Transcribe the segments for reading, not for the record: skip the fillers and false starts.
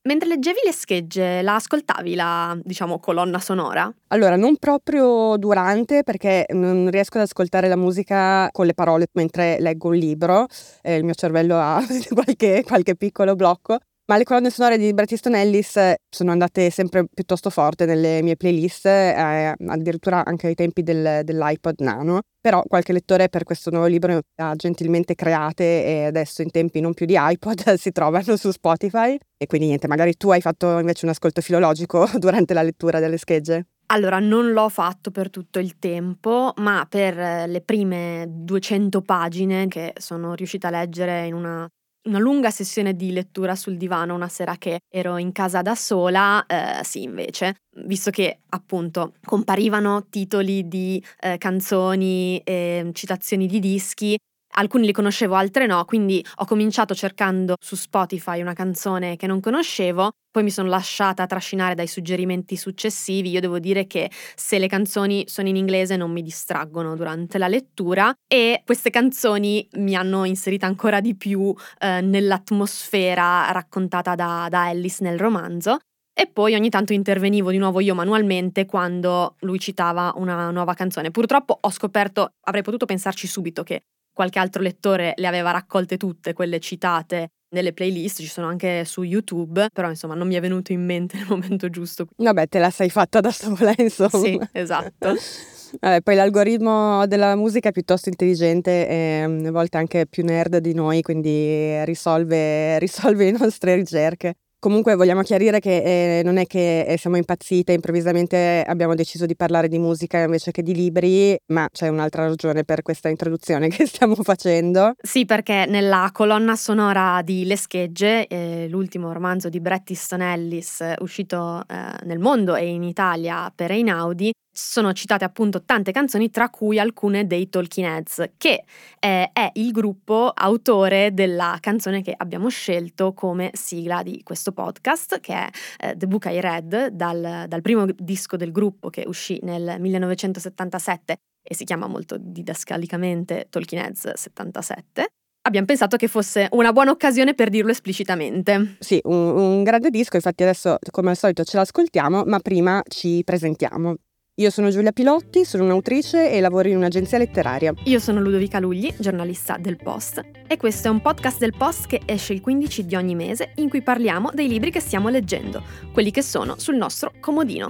Mentre leggevi le schegge, la ascoltavi la, diciamo, colonna sonora? Allora, non proprio durante, perché non riesco ad ascoltare la musica con le parole mentre leggo un libro, il mio cervello ha qualche piccolo blocco, ma le colonne sonore di Bret Easton Ellis sono andate sempre piuttosto forte nelle mie playlist, addirittura anche ai tempi dell'iPod Nano. Però qualche lettore per questo nuovo libro le ha gentilmente create e adesso in tempi non più di iPod si trovano su Spotify. E quindi niente, magari tu hai fatto invece un ascolto filologico durante la lettura delle schegge? Allora, non l'ho fatto per tutto il tempo, ma per le prime 200 pagine che sono riuscita a leggere in una lunga sessione di lettura sul divano una sera che ero in casa da sola, sì, invece, visto che appunto comparivano titoli di canzoni e citazioni di dischi. Alcuni li conoscevo, altre no, quindi ho cominciato cercando su Spotify una canzone che non conoscevo, poi mi sono lasciata trascinare dai suggerimenti successivi. Io devo dire che se le canzoni sono in inglese non mi distraggono durante la lettura e queste canzoni mi hanno inserita ancora di più nell'atmosfera raccontata da Ellis nel romanzo. E poi ogni tanto intervenivo di nuovo io manualmente quando lui citava una nuova canzone. Purtroppo ho scoperto, avrei potuto pensarci subito, che qualche altro lettore le aveva raccolte tutte quelle citate nelle playlist, ci sono anche su YouTube, però insomma non mi è venuto in mente nel momento giusto. Vabbè, te la sei fatta da sola, Sì, insomma. esatto. Vabbè, poi l'algoritmo della musica è piuttosto intelligente e a volte anche più nerd di noi, quindi risolve le nostre ricerche. Comunque vogliamo chiarire che non è che siamo impazzite, improvvisamente abbiamo deciso di parlare di musica invece che di libri, ma c'è un'altra ragione per questa introduzione che stiamo facendo. Sì, perché nella colonna sonora di Le schegge, l'ultimo romanzo di Bret Easton Ellis uscito nel mondo e in Italia per Einaudi, sono citate appunto tante canzoni, tra cui alcune dei Talking Heads, che è il gruppo autore della canzone che abbiamo scelto come sigla di questo podcast, che è The Book I Read, dal primo disco del gruppo che uscì nel 1977 e si chiama molto didascalicamente Talking Heads 77. Abbiamo pensato che fosse una buona occasione per dirlo esplicitamente. Sì, un grande disco, infatti adesso come al solito ce l'ascoltiamo, ma prima ci presentiamo. Io sono Giulia Pilotti, sono un'autrice e lavoro in un'agenzia letteraria. Io sono Ludovica Lugli, giornalista del Post, e questo è un podcast del Post che esce il 15 di ogni mese in cui parliamo dei libri che stiamo leggendo, quelli che sono sul nostro comodino.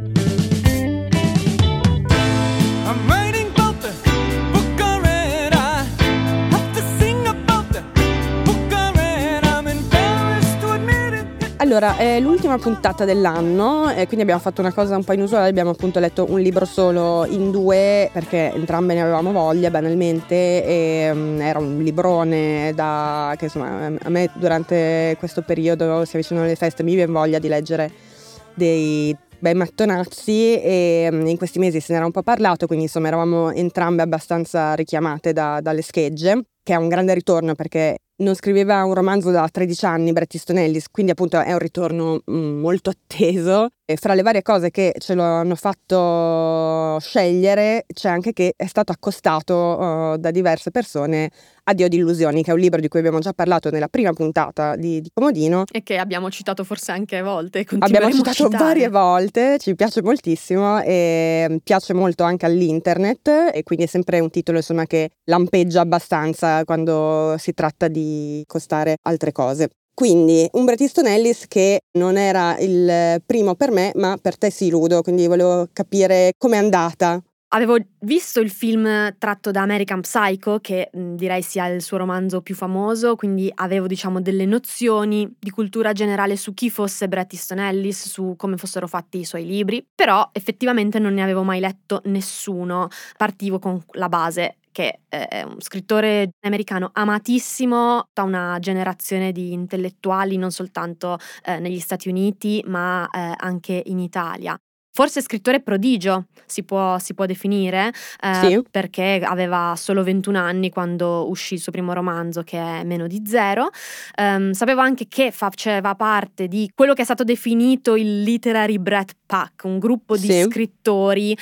Allora, è l'ultima puntata dell'anno e quindi abbiamo fatto una cosa un po' inusuale, abbiamo appunto letto un libro solo in due perché entrambe ne avevamo voglia banalmente e era un librone che insomma a me durante questo periodo si avvicinano le feste, mi viene voglia di leggere dei bei mattonazzi e in questi mesi se ne era un po' parlato, quindi insomma eravamo entrambe abbastanza richiamate dalle schegge, che è un grande ritorno perché non scriveva un romanzo da 13 anni Bret Easton Ellis, quindi appunto è un ritorno molto atteso e fra le varie cose che ce lo hanno fatto scegliere c'è anche che è stato accostato da diverse persone Addio di illusioni, che è un libro di cui abbiamo già parlato nella prima puntata di Comodino E che abbiamo citato forse anche a volte. Abbiamo Continueremo citato a citare varie volte, ci piace moltissimo e piace molto anche all'internet e quindi è sempre un titolo insomma che lampeggia abbastanza quando si tratta di costare altre cose. Quindi un Bret Easton Ellis che non era il primo per me, ma per te sì, Ludo, quindi volevo capire com'è andata. Avevo visto il film tratto da American Psycho, che direi sia il suo romanzo più famoso, quindi avevo diciamo delle nozioni di cultura generale su chi fosse Bret Easton Ellis, su come fossero fatti i suoi libri, però effettivamente non ne avevo mai letto nessuno. Partivo con la base, che è un scrittore americano amatissimo da una generazione di intellettuali non soltanto negli Stati Uniti ma anche in Italia. forse scrittore prodigio si può definire, Sì. perché aveva solo 21 anni quando uscì il suo primo romanzo, che è Meno di zero. Sapevo anche che faceva parte di quello che è stato definito il Literary Brat Pack, un gruppo di Sì. scrittori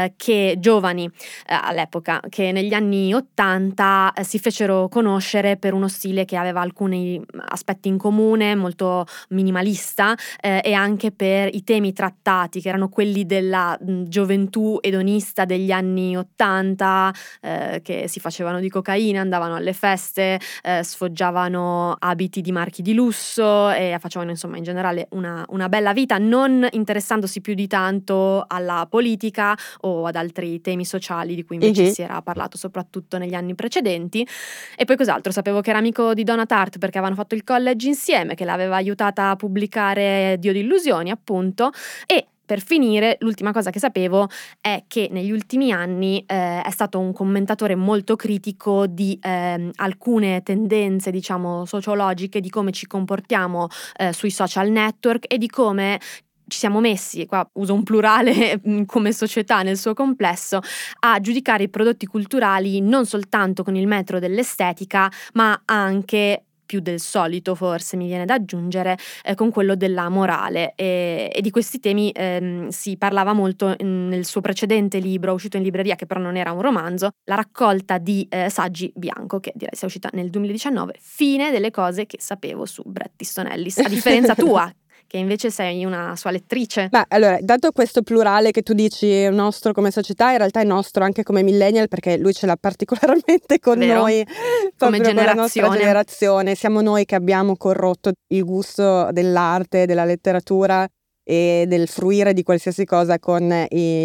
giovani all'epoca, che negli anni 80 si fecero conoscere per uno stile che aveva alcuni aspetti in comune, molto minimalista, e anche per i temi trattati, che erano quelli della gioventù edonista degli anni 80, che si facevano di cocaina, andavano alle feste, sfoggiavano abiti di marchi di lusso e facevano insomma in generale una bella vita, non interessandosi più di tanto alla politica o ad altri temi sociali di cui invece si era parlato soprattutto negli anni precedenti. E poi cos'altro? Sapevo che era amico di Donna Tartt perché avevano fatto il college insieme, che l'aveva aiutata a pubblicare Dio di illusioni, appunto. E per finire, l'ultima cosa che sapevo è che negli ultimi anni è stato un commentatore molto critico di alcune tendenze, diciamo, sociologiche, di come ci comportiamo sui social network e di come ci siamo messi, qua uso un plurale, come società nel suo complesso, a giudicare i prodotti culturali non soltanto con il metro dell'estetica, ma anche più del solito, forse mi viene da aggiungere, con quello della morale, e di questi temi si parlava molto nel suo precedente libro uscito in libreria, che però non era un romanzo, la raccolta di saggi Bianco, che direi sia uscita nel 2019. Fine delle cose che sapevo su Bret Easton Ellis, a differenza tua che invece sei una sua lettrice. Beh, allora, dato questo plurale che tu dici nostro come società, in realtà è nostro anche come millennial, perché lui ce l'ha particolarmente con Vero? noi, Come proprio con la nostra generazione. generazione. Siamo noi che abbiamo corrotto il gusto dell'arte, della letteratura e del fruire di qualsiasi cosa con i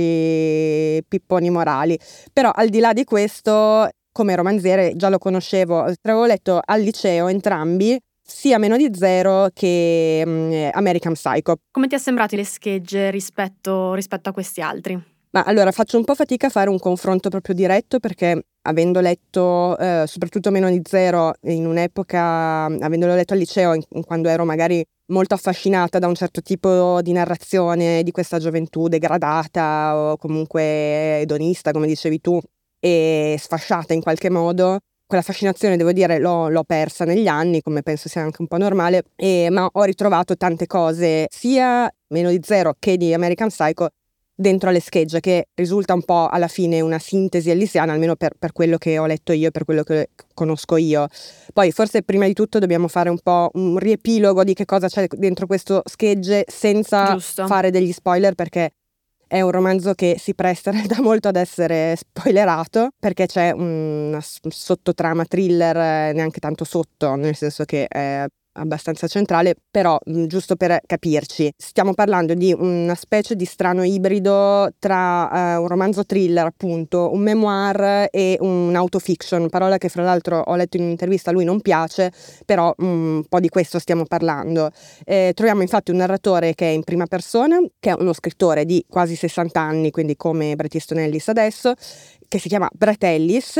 nostri pipponi morali. Però al di là di questo, come romanziere già lo conoscevo, l'avevo letto al liceo entrambi, sia Meno di zero che American Psycho. Come ti è sembrato le schegge rispetto a questi altri? Ma allora faccio un po' fatica a fare un confronto proprio diretto, perché avendo letto soprattutto Meno di zero in un'epoca, avendolo letto al liceo quando ero magari molto affascinata da un certo tipo di narrazione di questa gioventù degradata o comunque edonista, come dicevi tu, e sfasciata in qualche modo, quella fascinazione, devo dire, l'ho persa negli anni, come penso sia anche un po' normale, ma ho ritrovato tante cose, sia Meno di zero che di American Psycho, dentro alle schegge, che risulta un po' alla fine una sintesi ellisiana, almeno per quello che ho letto io e per quello che conosco io. Poi forse prima di tutto dobbiamo fare un po' un riepilogo di che cosa c'è dentro questo schegge, senza Giusto. fare degli spoiler, perché è un romanzo che si presta in realtà molto ad essere spoilerato, perché c'è una sottotrama thriller, neanche tanto sotto, nel senso che è abbastanza centrale, però giusto per capirci, stiamo parlando di una specie di strano ibrido tra un romanzo thriller, appunto, un memoir e un autofiction, parola che fra l'altro ho letto in un'intervista, a lui non piace, però un po' di questo stiamo parlando. Troviamo infatti un narratore che è in prima persona, che è uno scrittore di quasi 60 anni, quindi come Bret Easton Ellis adesso, che si chiama Bret Ellis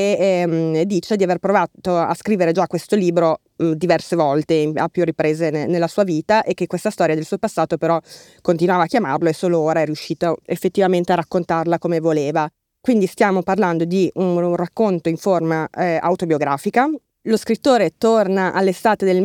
e dice di aver provato a scrivere già questo libro diverse volte, a più riprese nella sua vita, e che questa storia del suo passato però continuava a chiamarlo e solo ora è riuscito effettivamente a raccontarla come voleva. Quindi stiamo parlando di un racconto in forma autobiografica. Lo scrittore torna all'estate del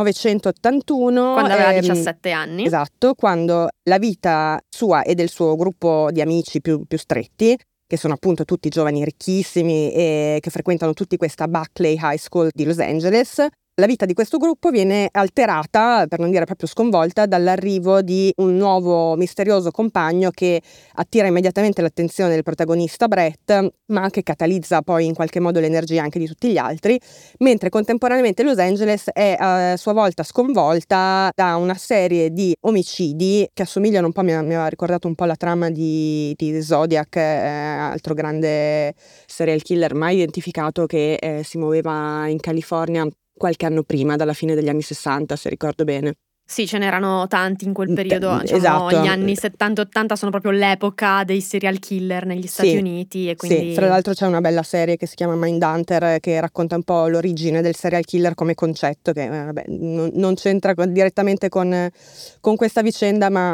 1981. Quando aveva 17 anni. Esatto, quando la vita sua e del suo gruppo di amici più stretti, che sono appunto tutti giovani ricchissimi e che frequentano tutti questa Buckley High School di Los Angeles, la vita di questo gruppo viene alterata, per non dire proprio sconvolta, dall'arrivo di un nuovo misterioso compagno che attira immediatamente l'attenzione del protagonista Bret, ma che catalizza poi in qualche modo l'energia anche di tutti gli altri, mentre contemporaneamente Los Angeles è a sua volta sconvolta da una serie di omicidi che assomigliano un po', mi aveva ricordato un po' la trama di Zodiac, altro grande serial killer mai identificato che si muoveva in California qualche anno prima, dalla fine degli anni 60, se ricordo bene. Sì, ce n'erano tanti in quel periodo, diciamo, esatto. Gli anni 70-80 sono proprio l'epoca dei serial killer negli Stati Uniti e quindi... Sì, fra l'altro c'è una bella serie che si chiama Mindhunter che racconta un po' l'origine del serial killer come concetto, che vabbè, non c'entra direttamente con questa vicenda, ma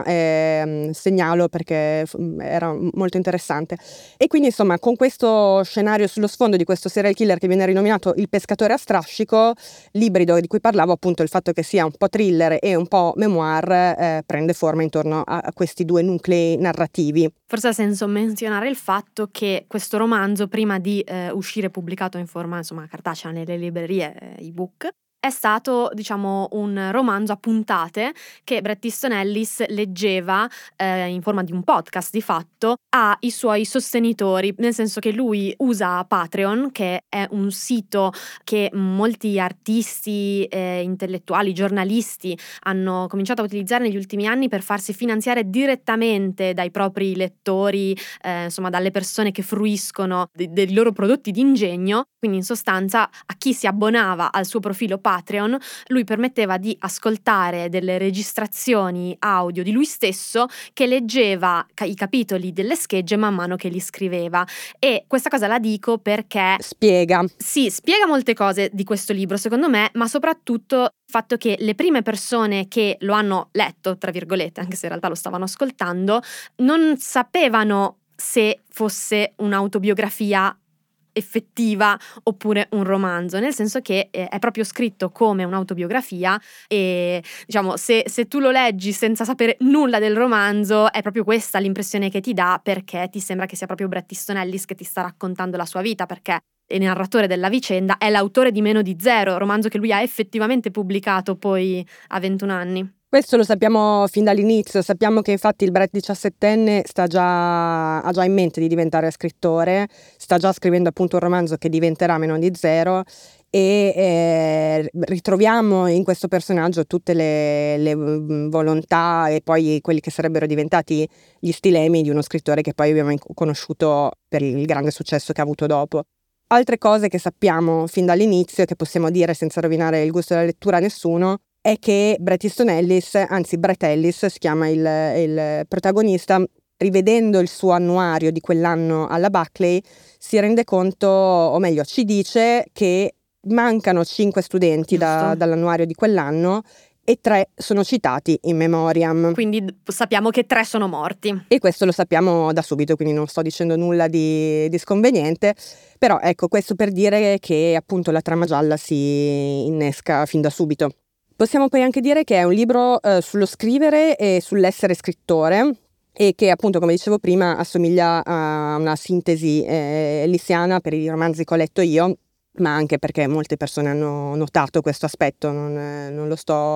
segnalo perché era molto interessante. E quindi insomma con questo scenario sullo sfondo di questo serial killer che viene rinominato Il pescatore a strascico, l'ibrido di cui parlavo, appunto il fatto che sia un po' thriller e un po' memoir, prende forma intorno a questi due nuclei narrativi. Forse ha senso menzionare il fatto che questo romanzo, prima di uscire pubblicato in forma cartacea nelle librerie ebook, è stato, diciamo, un romanzo a puntate che Bret Easton Ellis leggeva in forma di un podcast di fatto ai suoi sostenitori, nel senso che lui usa Patreon, che è un sito che molti artisti, intellettuali, giornalisti hanno cominciato a utilizzare negli ultimi anni per farsi finanziare direttamente dai propri lettori, dalle persone che fruiscono dei loro prodotti di ingegno. Quindi in sostanza a chi si abbonava al suo profilo Patreon lui permetteva di ascoltare delle registrazioni audio di lui stesso che leggeva i capitoli delle schegge man mano che li scriveva. E questa cosa la dico perché spiega molte cose di questo libro secondo me, ma soprattutto il fatto che le prime persone che lo hanno letto, tra virgolette, anche se in realtà lo stavano ascoltando, non sapevano se fosse un'autobiografia effettiva oppure un romanzo, nel senso che è proprio scritto come un'autobiografia e diciamo se tu lo leggi senza sapere nulla del romanzo è proprio questa l'impressione che ti dà, perché ti sembra che sia proprio Bret Easton Ellis che ti sta raccontando la sua vita, perché il narratore della vicenda è l'autore di Meno di Zero, romanzo che lui ha effettivamente pubblicato poi a 21 anni. Questo lo sappiamo fin dall'inizio, sappiamo che infatti il Bret 17enne ha già in mente di diventare scrittore, sta già scrivendo appunto un romanzo che diventerà Meno di Zero e ritroviamo in questo personaggio tutte le volontà e poi quelli che sarebbero diventati gli stilemi di uno scrittore che poi abbiamo conosciuto per il grande successo che ha avuto dopo. Altre cose che sappiamo fin dall'inizio e che possiamo dire senza rovinare il gusto della lettura a nessuno è che Bret Easton Ellis, anzi Bret Ellis si chiama il protagonista, rivedendo il suo annuario di quell'anno alla Buckley si rende conto, o meglio ci dice che mancano 5 studenti dall'annuario di quell'anno e 3 sono citati in memoriam. Quindi sappiamo che 3 sono morti. E questo lo sappiamo da subito, quindi non sto dicendo nulla di sconveniente, però ecco, questo per dire che appunto la trama gialla si innesca fin da subito. Possiamo poi anche dire che è un libro sullo scrivere e sull'essere scrittore e che appunto, come dicevo prima, assomiglia a una sintesi ellissiana per i romanzi che ho letto io, ma anche perché molte persone hanno notato questo aspetto, non me lo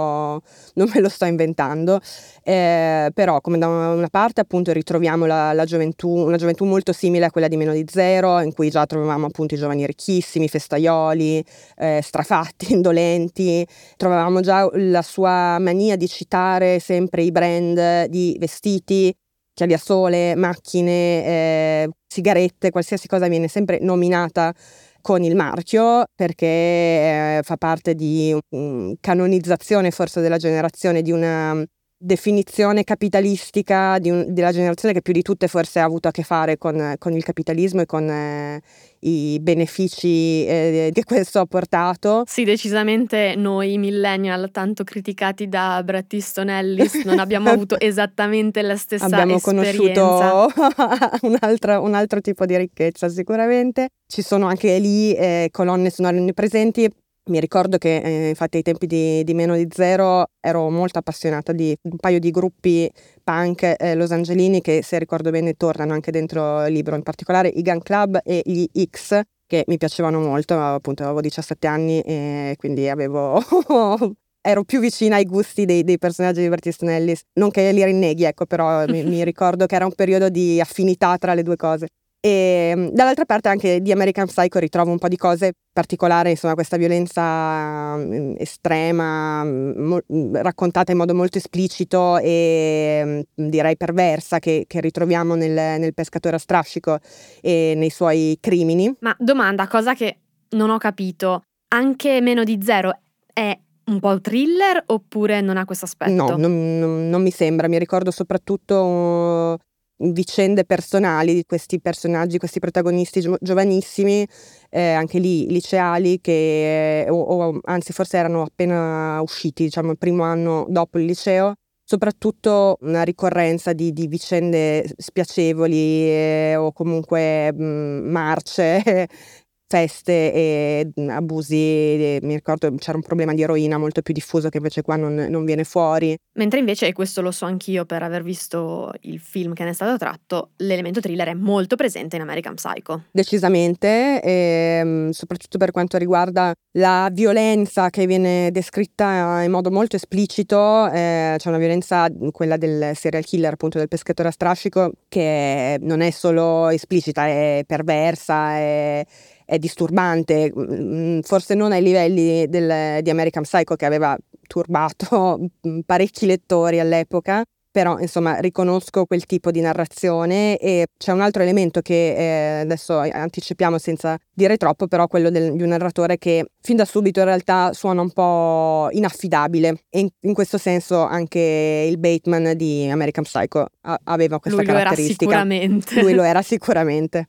sto inventando, però come da una parte appunto ritroviamo la gioventù, una gioventù molto simile a quella di Meno di Zero, in cui già trovavamo appunto i giovani ricchissimi, festaioli, strafatti, indolenti, trovavamo già la sua mania di citare sempre i brand di vestiti, chiavi a sole, macchine, sigarette, qualsiasi cosa viene sempre nominata con il marchio perché fa parte di canonizzazione forse della generazione, di una definizione capitalistica della generazione che più di tutte forse ha avuto a che fare con il capitalismo e con i benefici che questo ha portato. Sì, decisamente noi millennial, tanto criticati da Bret Easton Ellis, non abbiamo avuto esattamente la stessa abbiamo esperienza. conosciuto un altro tipo di ricchezza sicuramente. Ci sono anche lì colonne sonore presenti. Mi ricordo che infatti ai tempi di Meno di Zero ero molto appassionata di un paio di gruppi punk losangelini che, se ricordo bene, tornano anche dentro il libro, in particolare i Gun Club e gli X, che mi piacevano molto, appunto avevo 17 anni e quindi ero più vicina ai gusti dei personaggi di Bret Easton Ellis, non che li rinneghi, ecco, però mi ricordo che era un periodo di affinità tra le due cose. E dall'altra parte anche di American Psycho ritrovo un po' di cose particolari, insomma questa violenza estrema, raccontata in modo molto esplicito e direi perversa che ritroviamo nel pescatore a strascico e nei suoi crimini. Ma domanda, cosa che non ho capito, anche Meno di Zero è un po' thriller oppure non ha questo No, aspetto? non mi sembra. Mi ricordo soprattutto vicende personali di questi personaggi, questi protagonisti giovanissimi, anche lì liceali, che o anzi forse erano appena usciti, diciamo il primo anno dopo il liceo. Soprattutto una ricorrenza di vicende spiacevoli, o comunque marce, feste e abusi. Mi ricordo c'era un problema di eroina molto più diffuso che invece qua non viene fuori. Mentre invece, e questo lo so anch'io per aver visto il film che ne è stato tratto, l'elemento thriller è molto presente in American Psycho. Decisamente, soprattutto per quanto riguarda la violenza che viene descritta in modo molto esplicito. C'è una violenza, quella del serial killer, appunto del pescatore a strascico, che non è solo esplicita, è perversa, è disturbante, forse non ai livelli di American Psycho, che aveva turbato parecchi lettori all'epoca. Però insomma riconosco quel tipo di narrazione. E c'è un altro elemento che adesso anticipiamo senza dire troppo, però quello di un narratore che fin da subito in realtà suona un po' inaffidabile, e in questo senso anche il Bateman di American Psycho aveva questa caratteristica. Lui lo era sicuramente.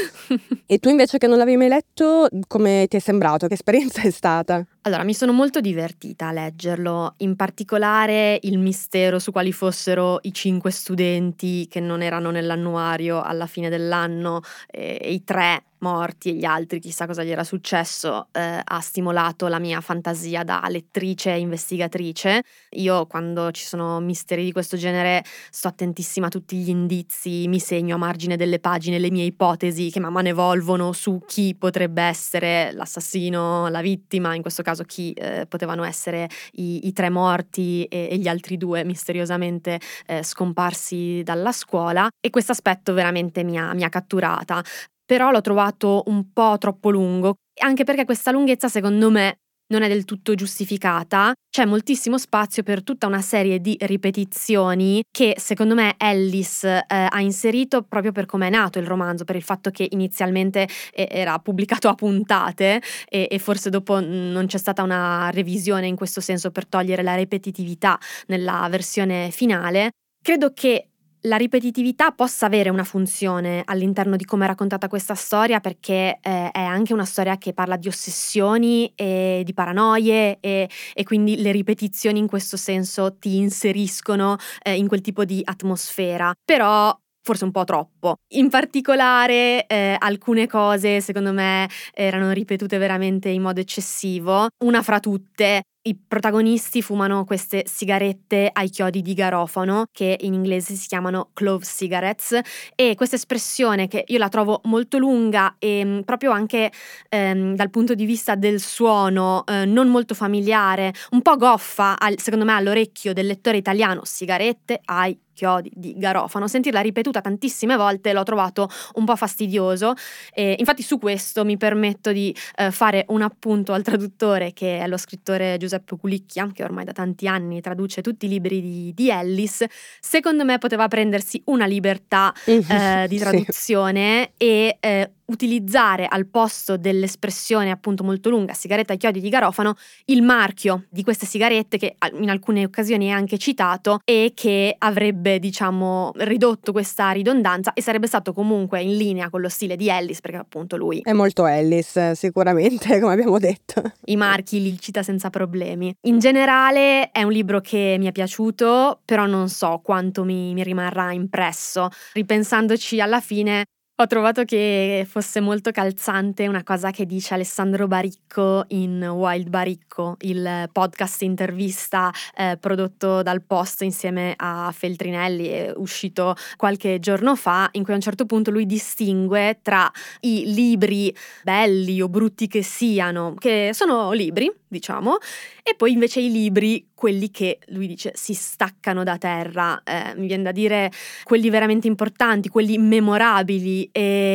E tu invece, che non l'avevi mai letto, come ti è sembrato? Che esperienza è stata? Allora, mi sono molto divertita a leggerlo, in particolare il mistero su quali fossero i 5 studenti che non erano nell'annuario alla fine dell'anno, e i 3 morti e gli altri chissà cosa gli era successo, ha stimolato la mia fantasia da lettrice e investigatrice. Io, quando ci sono misteri di questo genere, sto attentissima a tutti gli indizi, mi segno a margine delle pagine le mie ipotesi che man mano evolvono su chi potrebbe essere l'assassino, la vittima, in questo caso chi potevano essere i 3 morti e gli altri 2 misteriosamente scomparsi dalla scuola, e questo aspetto veramente mi ha catturata. Però l'ho trovato un po' troppo lungo, anche perché questa lunghezza secondo me non è del tutto giustificata. C'è moltissimo spazio per tutta una serie di ripetizioni che secondo me Ellis ha inserito proprio per come è nato il romanzo, per il fatto che inizialmente era pubblicato a puntate e forse dopo non c'è stata una revisione in questo senso per togliere la ripetitività nella versione finale. Credo che la ripetitività possa avere una funzione all'interno di come è raccontata questa storia, perché è anche una storia che parla di ossessioni e di paranoie, e quindi le ripetizioni in questo senso ti inseriscono in quel tipo di atmosfera. Però forse un po' troppo. In particolare alcune cose secondo me erano ripetute veramente in modo eccessivo. Una fra tutte: i protagonisti fumano queste sigarette ai chiodi di garofano, che in inglese si chiamano clove cigarettes, e questa espressione, che io la trovo molto lunga e proprio anche dal punto di vista del suono non molto familiare, un po' goffa secondo me all'orecchio del lettore italiano, sigarette ai chiodi di garofano. Sentirla ripetuta tantissime volte l'ho trovato un po' fastidioso, e infatti su questo mi permetto di fare un appunto al traduttore, che è lo scrittore Giuseppe Culicchia, che ormai da tanti anni traduce tutti i libri di Ellis. Secondo me poteva prendersi una libertà di traduzione e utilizzare al posto dell'espressione appunto molto lunga sigaretta ai chiodi di garofano il marchio di queste sigarette, che in alcune occasioni è anche citato, e che avrebbe diciamo ridotto questa ridondanza e sarebbe stato comunque in linea con lo stile di Ellis, perché appunto lui È molto Ellis, sicuramente, come abbiamo detto. i marchi li cita senza problemi. In generale è un libro che mi è piaciuto, però non so quanto mi rimarrà impresso. Ripensandoci alla fine, ho trovato che fosse molto calzante una cosa che dice Alessandro Baricco in Wild Baricco, il podcast intervista prodotto dal Post insieme a Feltrinelli, è uscito qualche giorno fa, in cui a un certo punto lui distingue tra i libri belli o brutti che siano, che sono libri, diciamo, e poi invece i libri, quelli che lui dice si staccano da terra, mi viene da dire quelli veramente importanti, quelli memorabili,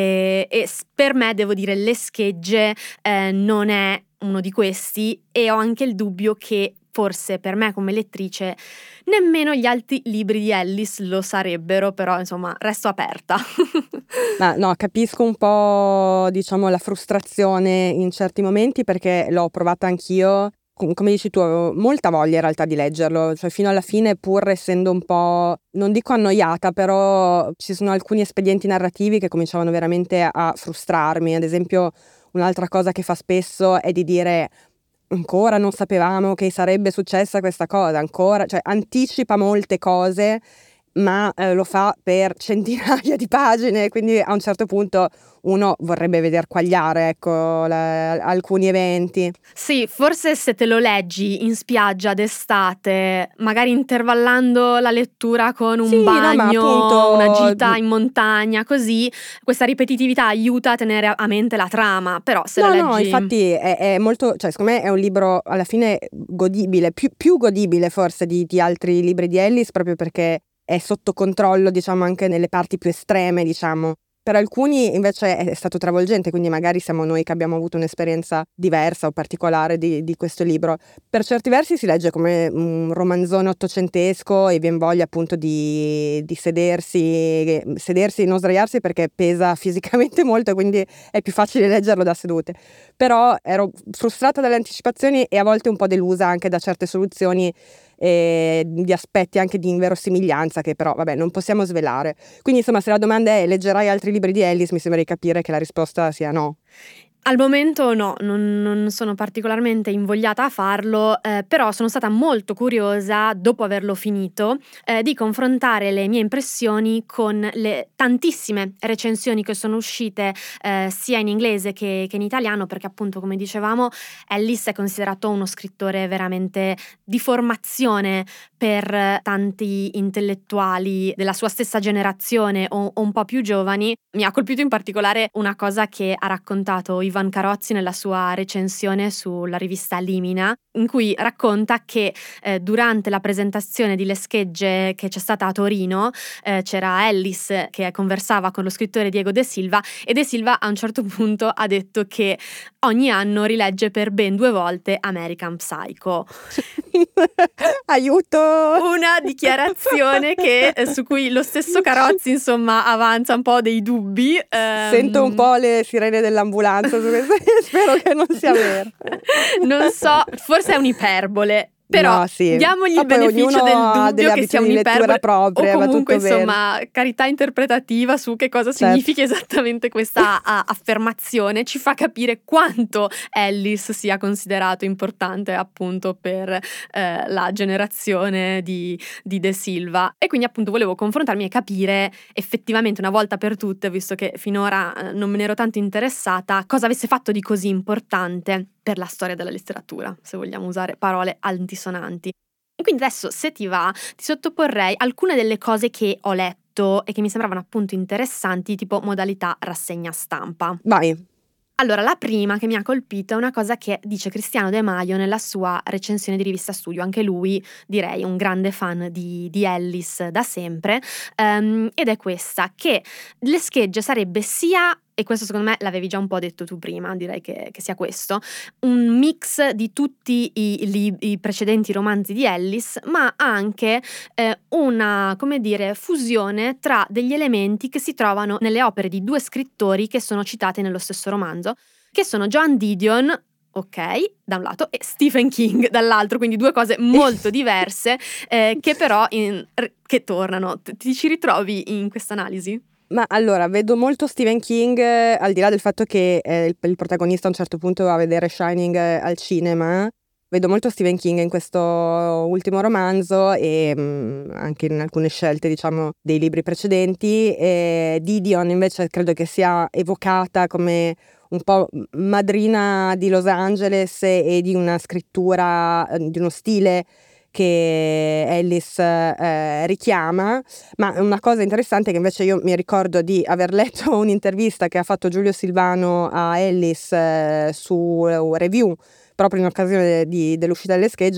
e per me, devo dire, Le schegge non è uno di questi, e ho anche il dubbio che forse per me come lettrice nemmeno gli altri libri di Ellis lo sarebbero, però insomma resto aperta. Ma no, capisco un po', diciamo, la frustrazione in certi momenti, perché l'ho provata anch'io come dici tu, avevo molta voglia in realtà di leggerlo, cioè fino alla fine, pur essendo un po', non dico annoiata, però ci sono alcuni espedienti narrativi che cominciavano veramente a frustrarmi. Ad esempio, un'altra cosa che fa spesso è di dire: ancora non sapevamo che sarebbe successa questa cosa, ancora, cioè anticipa molte cose, ma lo fa per centinaia di pagine, quindi a un certo punto uno vorrebbe veder quagliare, ecco, alcuni eventi. Sì, forse se te lo leggi in spiaggia d'estate, magari intervallando la lettura con un Sì, no, ma bagno, una appunto, gita in montagna, così questa ripetitività aiuta a tenere a mente la trama, però se lo no, leggi... infatti è molto, cioè secondo me è un libro alla fine godibile, più godibile forse di altri libri di Ellis, proprio perché è sotto controllo, diciamo, anche nelle parti più estreme, diciamo. Per alcuni invece è stato travolgente, quindi magari siamo noi che abbiamo avuto un'esperienza diversa o particolare di questo libro. Per certi versi si legge come un romanzone ottocentesco e viene voglia appunto di sedersi, non sdraiarsi perché pesa fisicamente molto, quindi è più facile leggerlo da sedute. Però ero frustrata dalle anticipazioni e a volte un po' delusa anche da certe soluzioni, di aspetti anche di inverosimiglianza che però vabbè non possiamo svelare. Quindi insomma, se la domanda è: leggerai altri libri di Ellis, mi sembra di capire che la risposta sia no. Al momento no, non sono particolarmente invogliata a farlo, però sono stata molto curiosa, dopo averlo finito, di confrontare le mie impressioni con le tantissime recensioni che sono uscite, sia in inglese che in italiano, perché appunto, come dicevamo, Ellis è considerato uno scrittore veramente di formazione per tanti intellettuali della sua stessa generazione o un po' più giovani. Mi ha colpito in particolare una cosa che ha raccontato Ivan Carozzi nella sua recensione sulla rivista Limina, in cui racconta che durante la presentazione di Le schegge che c'è stata a Torino, c'era Ellis che conversava con lo scrittore Diego De Silva, e De Silva a un certo punto ha detto che ogni anno rilegge per ben 2 volte American Psycho. Aiuto! Una dichiarazione che su cui lo stesso Carozzi insomma avanza un po' dei dubbi. Sento un po' le sirene dell'ambulanza su questo, spero che non sia vero. Non so, forse è un'iperbole. Però no, sì. diamogli il Poi beneficio del dubbio che sia un'iperbole propria, o comunque va tutto insomma carità interpretativa su che cosa significhi esattamente questa affermazione. Ci fa capire quanto Ellis sia considerato importante appunto per la generazione di De Silva, e quindi appunto volevo confrontarmi e capire effettivamente una volta per tutte, visto che finora non me ne ero tanto interessata, cosa avesse fatto di così importante per la storia della letteratura, se vogliamo usare parole altisonanti. E quindi adesso, se ti va, ti sottoporrei alcune delle cose che ho letto e che mi sembravano appunto interessanti, tipo modalità rassegna stampa. Vai. Allora, la prima che mi ha colpito è una cosa che dice Cristiano De Maio nella sua recensione di Rivista Studio. Anche lui, direi, un grande fan di Ellis da sempre, ed è questa, che Le schegge sarebbe sia, e questo secondo me l'avevi già un po' detto tu prima, direi che sia questo, un mix di tutti i precedenti romanzi di Ellis, ma anche una, come dire, fusione tra degli elementi che si trovano nelle opere di 2 scrittori che sono citati nello stesso romanzo, che sono Joan Didion, ok, da un lato, e Stephen King dall'altro, quindi 2 cose molto diverse, che però che tornano. Ti ci ritrovi in questa analisi? Ma allora, vedo molto Stephen King, al di là del fatto che il protagonista a un certo punto va a vedere Shining al cinema. Vedo molto Stephen King in questo ultimo romanzo e anche in alcune scelte, diciamo, dei libri precedenti. Didion invece credo che sia evocata come un po' madrina di Los Angeles e di una scrittura, di uno stile che Ellis richiama. Ma una cosa interessante che invece io mi ricordo di aver letto un'intervista che ha fatto Giulio Silvano a Ellis su Review, proprio in occasione dell'uscita delle schegge,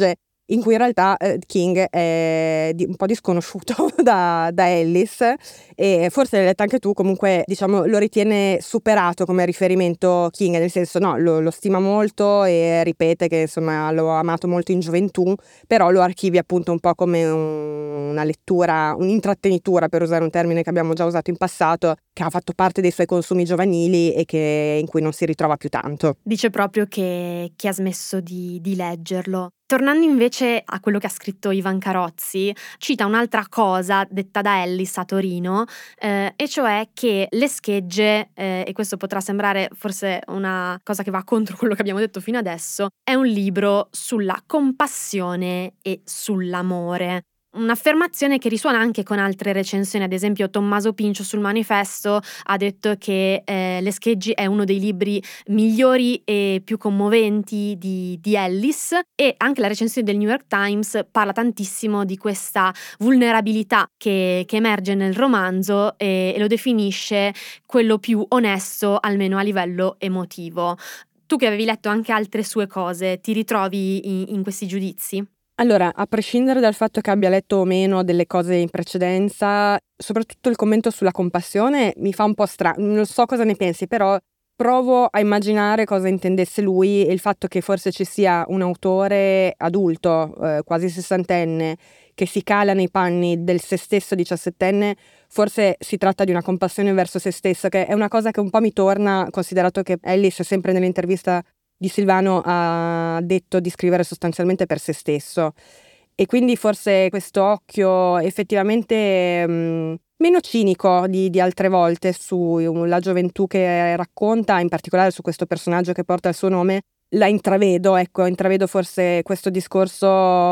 in cui in realtà King è un po' disconosciuto da Ellis, e forse l'hai letta anche tu. Comunque diciamo lo ritiene superato come riferimento King, nel senso no, lo stima molto e ripete che insomma l'ho amato molto in gioventù, però lo archivi appunto un po' come una lettura, un'intrattenitura, per usare un termine che abbiamo già usato in passato, che ha fatto parte dei suoi consumi giovanili e in cui non si ritrova più tanto. Dice proprio che ha smesso di leggerlo. Tornando invece a quello che ha scritto Ivan Carozzi, cita un'altra cosa detta da Ellis a Torino, e cioè che Le schegge, e questo potrà sembrare forse una cosa che va contro quello che abbiamo detto fino adesso, è un libro sulla compassione e sull'amore. Un'affermazione che risuona anche con altre recensioni, ad esempio Tommaso Pincio sul Manifesto ha detto che Le schegge è uno dei libri migliori e più commoventi di Ellis, e anche la recensione del New York Times parla tantissimo di questa vulnerabilità che emerge nel romanzo e lo definisce quello più onesto, almeno a livello emotivo. Tu che avevi letto anche altre sue cose, ti ritrovi in questi giudizi? Allora, a prescindere dal fatto che abbia letto o meno delle cose in precedenza, soprattutto il commento sulla compassione mi fa un po' strano. Non so cosa ne pensi, però provo a immaginare cosa intendesse lui, e il fatto che forse ci sia un autore adulto, quasi sessantenne, che si cala nei panni del se stesso diciassettenne. Forse si tratta di una compassione verso se stesso, che è una cosa che un po' mi torna, considerato che Ellis sempre nell'intervista di Silvano ha detto di scrivere sostanzialmente per se stesso, e quindi forse questo occhio effettivamente meno cinico di altre volte sulla gioventù che racconta, in particolare su questo personaggio che porta il suo nome, la intravedo forse questo discorso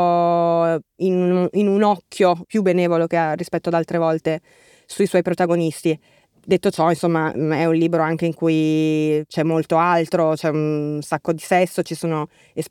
in un occhio più benevolo che ha rispetto ad altre volte sui suoi protagonisti. Detto ciò, insomma, è un libro anche in cui c'è molto altro, c'è un sacco di sesso, ci sono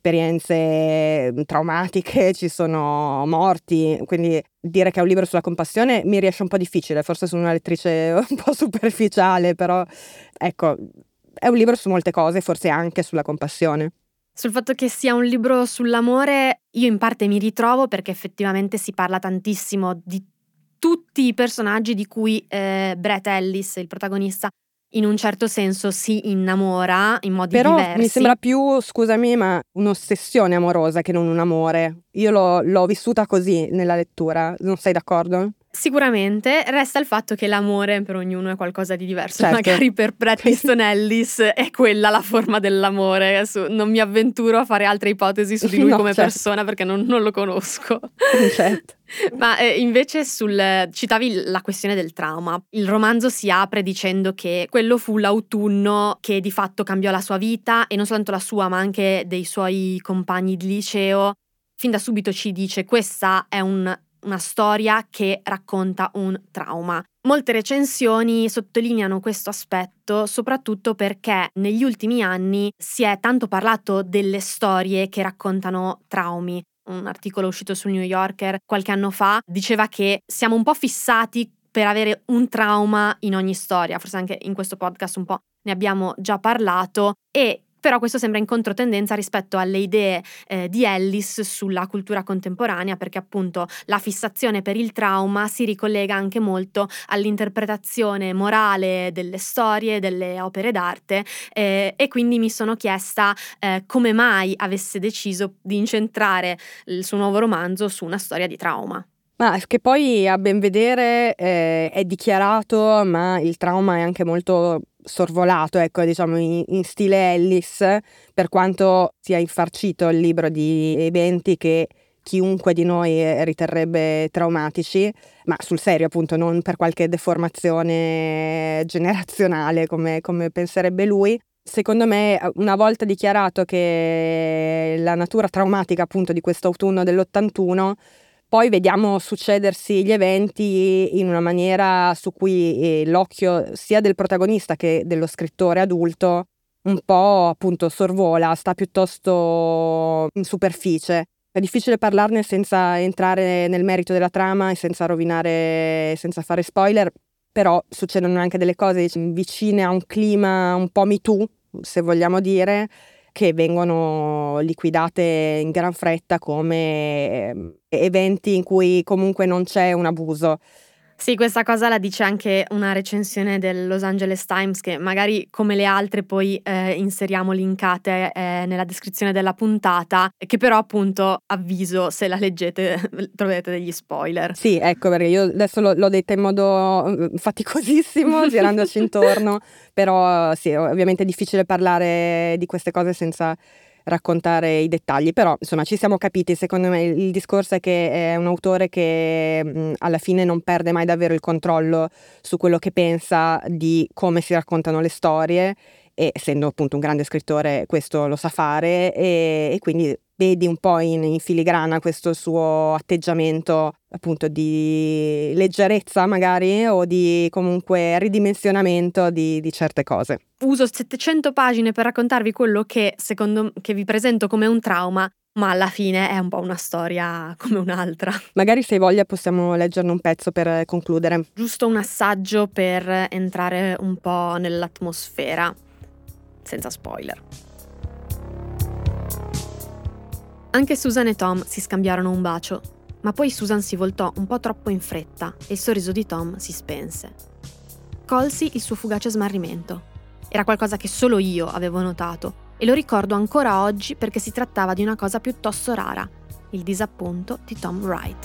esperienze traumatiche, ci sono morti, quindi dire che è un libro sulla compassione mi riesce un po' difficile, forse sono una lettrice un po' superficiale, però ecco, è un libro su molte cose, forse anche sulla compassione. Sul fatto che sia un libro sull'amore, io in parte mi ritrovo, perché effettivamente si parla tantissimo di tutti i personaggi di cui Bret Ellis, il protagonista, in un certo senso si innamora in modi Però mi diversi. sembra più, scusami, ma un'ossessione amorosa che non un amore. Io l'ho vissuta così nella lettura, non sei d'accordo? Sicuramente resta il fatto che l'amore per ognuno è qualcosa di diverso. Certo. Magari per Bret Easton Ellis è quella la forma dell'amore. Adesso non mi avventuro a fare altre ipotesi su di lui No, come certo. persona, perché non lo conosco. Certo. Ma invece citavi la questione del trauma. Il romanzo si apre dicendo che quello fu l'autunno che di fatto cambiò la sua vita, e non soltanto la sua ma anche dei suoi compagni di liceo. Fin da subito ci dice: questa è una storia che racconta un trauma. Molte recensioni sottolineano questo aspetto, soprattutto perché negli ultimi anni si è tanto parlato delle storie che raccontano traumi. Un articolo uscito sul New Yorker qualche anno fa diceva che siamo un po' fissati per avere un trauma in ogni storia, forse anche in questo podcast un po' ne abbiamo già parlato, e però questo sembra in controtendenza rispetto alle idee di Ellis sulla cultura contemporanea, perché appunto la fissazione per il trauma si ricollega anche molto all'interpretazione morale delle storie, delle opere d'arte, e quindi mi sono chiesta come mai avesse deciso di incentrare il suo nuovo romanzo su una storia di trauma. Ma che poi a ben vedere è dichiarato, ma il trauma è anche molto sorvolato, ecco, diciamo in stile Ellis, per quanto sia infarcito il libro di eventi che chiunque di noi riterrebbe traumatici, ma sul serio appunto, non per qualche deformazione generazionale come penserebbe lui. Secondo me, una volta dichiarato che la natura traumatica appunto di questo autunno dell'81, poi vediamo succedersi gli eventi in una maniera su cui l'occhio sia del protagonista che dello scrittore adulto un po' appunto sorvola, sta piuttosto in superficie. È difficile parlarne senza entrare nel merito della trama e senza rovinare, senza fare spoiler, però succedono anche delle cose vicine a un clima un po' Me Too, se vogliamo dire, che vengono liquidate in gran fretta come eventi in cui comunque non c'è un abuso. Sì, questa cosa la dice anche una recensione del Los Angeles Times, che magari come le altre poi inseriamo linkate nella descrizione della puntata, che però appunto avviso, se la leggete troverete degli spoiler. Sì, ecco, perché io adesso l'ho detta in modo faticosissimo, girandoci intorno, però sì, ovviamente è difficile parlare di queste cose senza raccontare i dettagli, però insomma ci siamo capiti. Secondo me il discorso è che è un autore che alla fine non perde mai davvero il controllo su quello che pensa di come si raccontano le storie, e essendo appunto un grande scrittore questo lo sa fare, e quindi vedi un po' in filigrana questo suo atteggiamento appunto di leggerezza magari, o di comunque ridimensionamento di certe cose. Uso 700 pagine per raccontarvi quello che che vi presento come un trauma, ma alla fine è un po' una storia come un'altra. Magari se hai voglia possiamo leggerne un pezzo per concludere. Giusto un assaggio per entrare un po' nell'atmosfera, senza spoiler. Anche Susan e Tom si scambiarono un bacio, ma poi Susan si voltò un po' troppo in fretta e il sorriso di Tom si spense. Colsi il suo fugace smarrimento. Era qualcosa che solo io avevo notato, e lo ricordo ancora oggi perché si trattava di una cosa piuttosto rara, il disappunto di Tom Wright.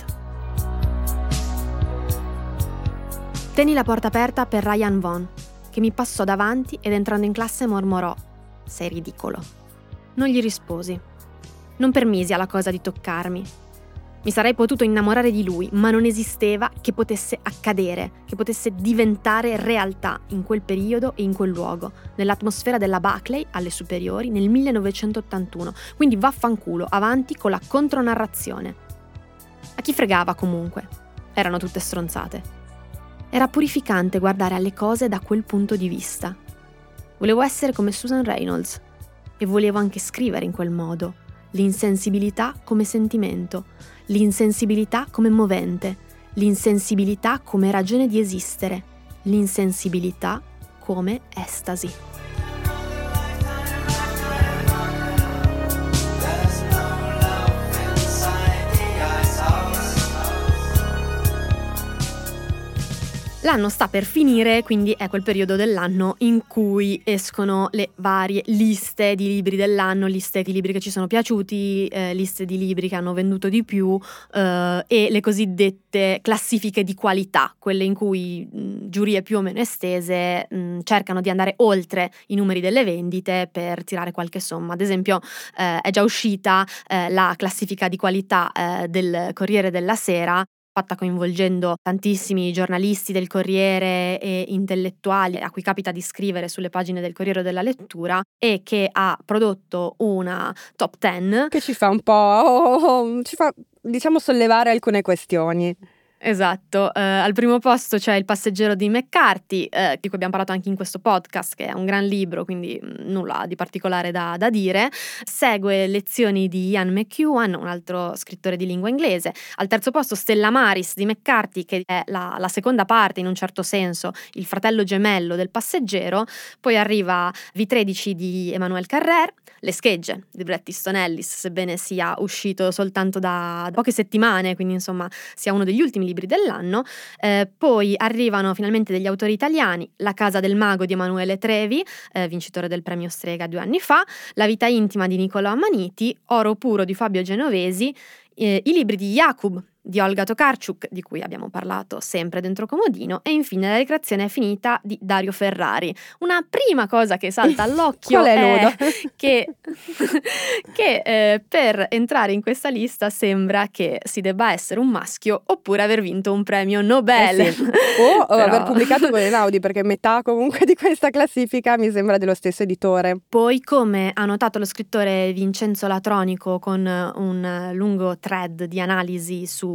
Tenni la porta aperta per Ryan Vaughn, che mi passò davanti ed entrando in classe mormorò: «Sei ridicolo». Non gli risposi. Non permisi alla cosa di toccarmi. Mi sarei potuto innamorare di lui, ma non esisteva che potesse accadere, che potesse diventare realtà in quel periodo e in quel luogo, nell'atmosfera della Buckley alle superiori nel 1981. Quindi vaffanculo, avanti con la contronarrazione. A chi fregava comunque? Erano tutte stronzate. Era purificante guardare alle cose da quel punto di vista. Volevo essere come Susan Reynolds e volevo anche scrivere in quel modo. L'insensibilità come sentimento, l'insensibilità come movente, l'insensibilità come ragione di esistere, l'insensibilità come estasi. L'anno sta per finire, quindi è quel periodo dell'anno in cui escono le varie liste di libri dell'anno, liste di libri che ci sono piaciuti, liste di libri che hanno venduto di più, e le cosiddette classifiche di qualità, quelle in cui giurie più o meno estese cercano di andare oltre i numeri delle vendite per tirare qualche somma. Ad esempio è già uscita la classifica di qualità del Corriere della Sera, fatta coinvolgendo tantissimi giornalisti del Corriere e intellettuali a cui capita di scrivere sulle pagine del Corriere della Lettura, e che ha prodotto una top 10 che ci fa un po' ci fa, diciamo, sollevare alcune questioni. Esatto, al primo posto c'è Il passeggero di McCarthy, di cui abbiamo parlato anche in questo podcast, che è un gran libro, quindi nulla di particolare da dire. Segue Lezioni di Ian McEwan, un altro scrittore di lingua inglese. Al terzo posto Stella Maris di McCarthy, che è la seconda parte, in un certo senso, il fratello gemello del passeggero. Poi arriva V13 di Emmanuel Carrère, Le schegge di Bret Easton Ellis, sebbene sia uscito soltanto da poche settimane, quindi insomma sia uno degli ultimi libri dell'anno. Poi arrivano finalmente degli autori italiani: La casa del mago di Emanuele Trevi, vincitore del premio Strega 2 anni fa, La vita intima di Nicolò Amaniti, Oro puro di Fabio Genovesi, i libri di Jakub di Olga Tokarczuk, di cui abbiamo parlato sempre dentro Comodino, e infine La ricreazione è finita di Dario Ferrari. Una prima cosa che salta all'occhio è che per entrare in questa lista sembra che si debba essere un maschio oppure aver vinto un premio Nobel. Sì. O aver pubblicato con Einaudi, perché metà comunque di questa classifica mi sembra dello stesso editore. Poi, come ha notato lo scrittore Vincenzo Latronico con un lungo thread di analisi su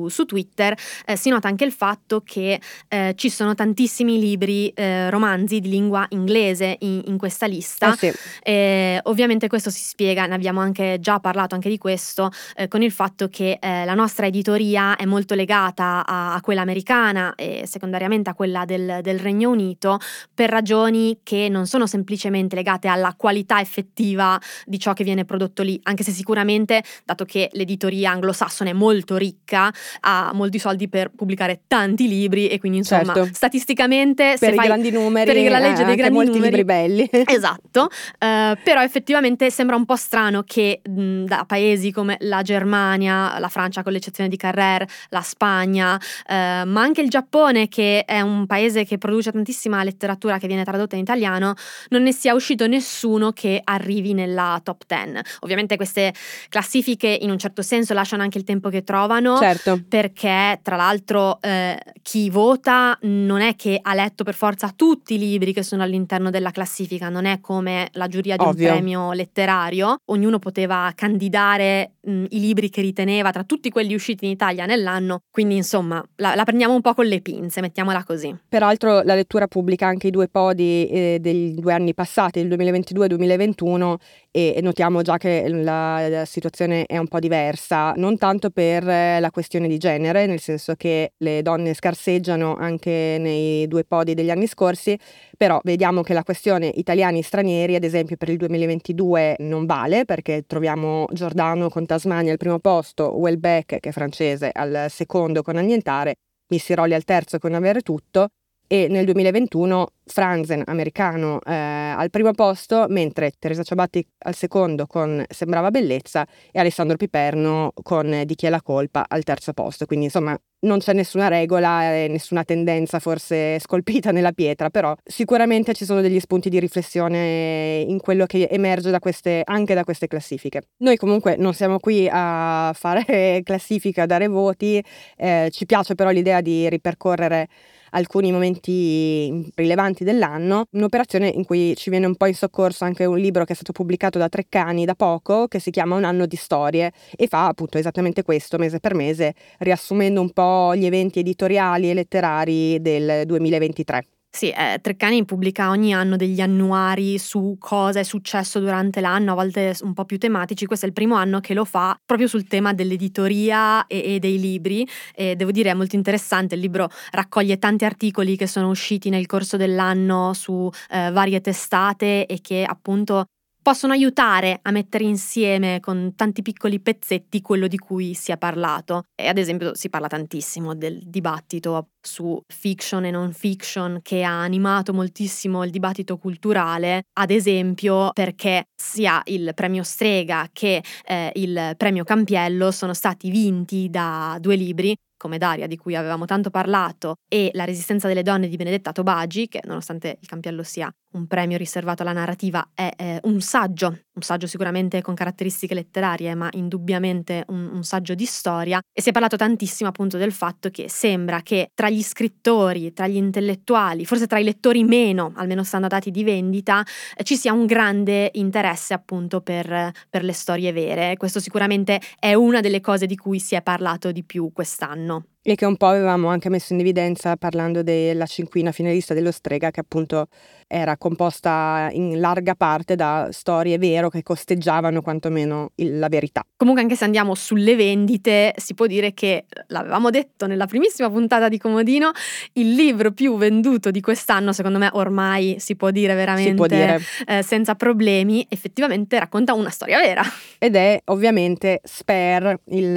su Twitter, si nota anche il fatto che ci sono tantissimi libri, romanzi di lingua inglese in questa lista. Sì. Ovviamente questo si spiega, ne abbiamo anche già parlato anche di questo, con il fatto che la nostra editoria è molto legata a quella americana e secondariamente a quella del Regno Unito, per ragioni che non sono semplicemente legate alla qualità effettiva di ciò che viene prodotto lì, anche se sicuramente, dato che l'editoria anglosassone è molto ricca, ha molti soldi per pubblicare tanti libri e quindi insomma Certo. statisticamente Per i grandi numeri, per la legge dei anche grandi molti numeri, libri belli. esatto, però effettivamente sembra un po' strano che da paesi come la Germania, la Francia con l'eccezione di Carrère, la Spagna, ma anche il Giappone, che è un paese che produce tantissima letteratura che viene tradotta in italiano, non ne sia uscito nessuno che arrivi nella top 10. Ovviamente queste classifiche in un certo senso lasciano anche il tempo che trovano, Certo. perché tra l'altro chi vota non è che ha letto per forza tutti i libri che sono all'interno della classifica, non è come la giuria di Ovvio. un premio letterario. Ognuno poteva candidare i libri che riteneva tra tutti quelli usciti in Italia nell'anno, quindi insomma la prendiamo un po' con le pinze, mettiamola così. Peraltro la lettura pubblica anche i due podi degli 2 anni passati, il 2022 e 2021, e notiamo già che la situazione è un po' diversa, non tanto per la questione di genere, nel senso che le donne scarseggiano anche nei 2 podi degli anni scorsi, però vediamo che la questione italiani-stranieri, ad esempio per il 2022, non vale, perché troviamo Giordano con Tasmania al primo posto, Houellebecq, che è francese, al secondo con Annientare, Missiroli al terzo con Avere tutto, e nel 2021 Franzen, americano, al primo posto, mentre Teresa Ciabatti al secondo con Sembrava bellezza e Alessandro Piperno con Di chi è la colpa al terzo posto. Quindi insomma non c'è nessuna regola e nessuna tendenza forse scolpita nella pietra, però sicuramente ci sono degli spunti di riflessione in quello che emerge anche da queste classifiche. Noi comunque non siamo qui a fare classifiche, a dare voti, ci piace però l'idea di ripercorrere alcuni momenti rilevanti dell'anno, un'operazione in cui ci viene un po' in soccorso anche un libro che è stato pubblicato da Treccani da poco, che si chiama Un anno di storie, e fa appunto esattamente questo, mese per mese, riassumendo un po' gli eventi editoriali e letterari del 2023. Sì, Treccani pubblica ogni anno degli annuari su cosa è successo durante l'anno, a volte un po' più tematici. Questo è il primo anno che lo fa proprio sul tema dell'editoria e dei libri, e devo dire è molto interessante. Il libro raccoglie tanti articoli che sono usciti nel corso dell'anno su varie testate e che appunto possono aiutare a mettere insieme con tanti piccoli pezzetti quello di cui si è parlato. E ad esempio si parla tantissimo del dibattito su fiction e non fiction, che ha animato moltissimo il dibattito culturale, ad esempio perché sia il premio Strega che il premio Campiello sono stati vinti da 2 libri come Daria, di cui avevamo tanto parlato, e La resistenza delle donne di Benedetta Tobagi, che nonostante il Campiello sia un premio riservato alla narrativa, è un saggio sicuramente con caratteristiche letterarie, ma indubbiamente un saggio di storia. E si è parlato tantissimo appunto del fatto che sembra che tra gli scrittori, tra gli intellettuali, forse tra i lettori meno, almeno stando a dati di vendita, ci sia un grande interesse appunto per le storie vere. Questo sicuramente è una delle cose di cui si è parlato di più quest'anno. E che un po' avevamo anche messo in evidenza parlando della cinquina finalista dello Strega, che appunto era composta in larga parte da storie vere che costeggiavano quantomeno la verità. Comunque, anche se andiamo sulle vendite, si può dire che, l'avevamo detto nella primissima puntata di Comodino, il libro più venduto di quest'anno, secondo me ormai si può dire veramente senza problemi, effettivamente racconta una storia vera. Ed è ovviamente Spare, il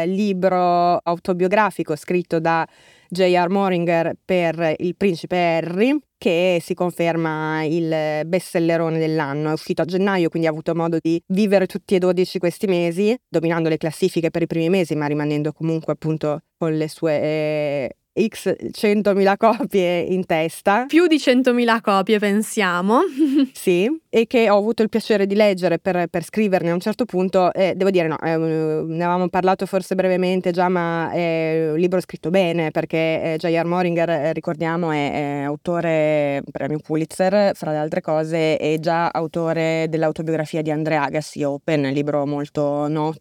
libro autobiografico scritto da J.R. Moehringer per il principe Harry, che si conferma il bestsellerone dell'anno. È uscito a gennaio, quindi ha avuto modo di vivere tutti e 12 questi mesi, dominando le classifiche per i primi mesi, ma rimanendo comunque appunto con le sue x 100.000 copie in testa. Più di 100.000 copie, pensiamo. Sì, e che ho avuto il piacere di leggere per scriverne a un certo punto. Devo dire, no, ne avevamo parlato forse brevemente già, ma è un libro scritto bene, perché J.R. Moehringer, ricordiamo, è autore premio Pulitzer, fra le altre cose, e già autore dell'autobiografia di Andre Agassi, Open, libro molto noto,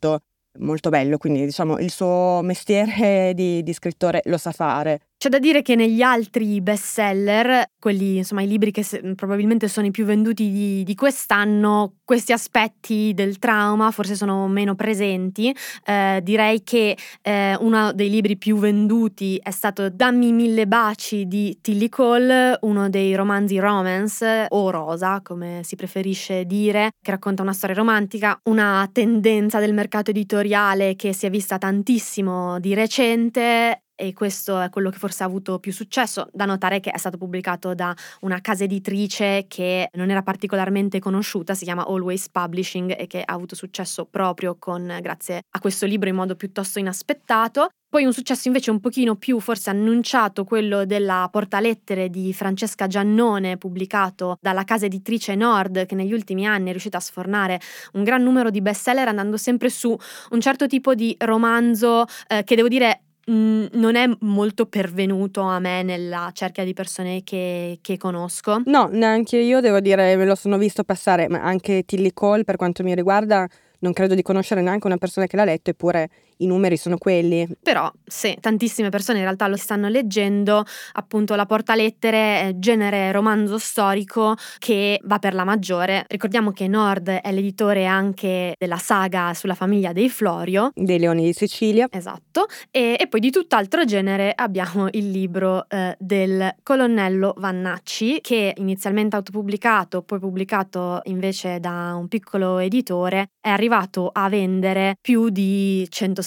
molto bello, quindi diciamo il suo mestiere di scrittore lo sa fare. C'è da dire che negli altri bestseller, quelli insomma i libri che probabilmente sono i più venduti di quest'anno, questi aspetti del trauma forse sono meno presenti. Direi che uno dei libri più venduti è stato Dammi mille baci di Tillie Cole, uno dei romanzi romance o rosa come si preferisce dire, che racconta una storia romantica, una tendenza del mercato editoriale che si è vista tantissimo di recente. E questo è quello che forse ha avuto più successo. Da notare che è stato pubblicato da una casa editrice che non era particolarmente conosciuta, si chiama Always Publishing, e che ha avuto successo proprio grazie a questo libro in modo piuttosto inaspettato. Poi un successo invece un pochino più forse annunciato, quello della Portalettere di Francesca Giannone, pubblicato dalla casa editrice Nord, che negli ultimi anni è riuscita a sfornare un gran numero di bestseller, andando sempre su un certo tipo di romanzo che devo dire non è molto pervenuto a me nella cerchia di persone che conosco. No, neanche io devo dire, me lo sono visto passare, ma anche Tillie Cole per quanto mi riguarda non credo di conoscere neanche una persona che l'ha letto, eppure i numeri sono quelli. Però sì, tantissime persone in realtà lo stanno leggendo. Appunto La Portalettere è genere romanzo storico che va per la maggiore. Ricordiamo che Nord è l'editore anche della saga sulla famiglia dei Florio, dei Leoni di Sicilia. Esatto. E poi di tutt'altro genere abbiamo il libro del colonnello Vannacci, che inizialmente autopubblicato, poi pubblicato invece da un piccolo editore, è arrivato a vendere più di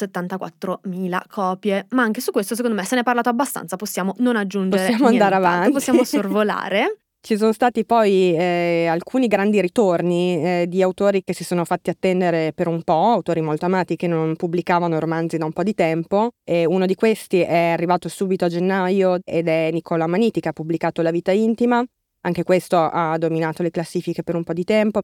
174.000 copie. Ma anche su questo secondo me se ne è parlato abbastanza, possiamo non aggiungere Possiamo andare avanti, possiamo sorvolare. Ci sono stati poi alcuni grandi ritorni di autori che si sono fatti attendere per un po', autori molto amati che non pubblicavano romanzi da un po' di tempo, e uno di questi è arrivato subito a gennaio ed è Nicola Maniti, che ha pubblicato La vita intima. Anche questo ha dominato le classifiche per un po' di tempo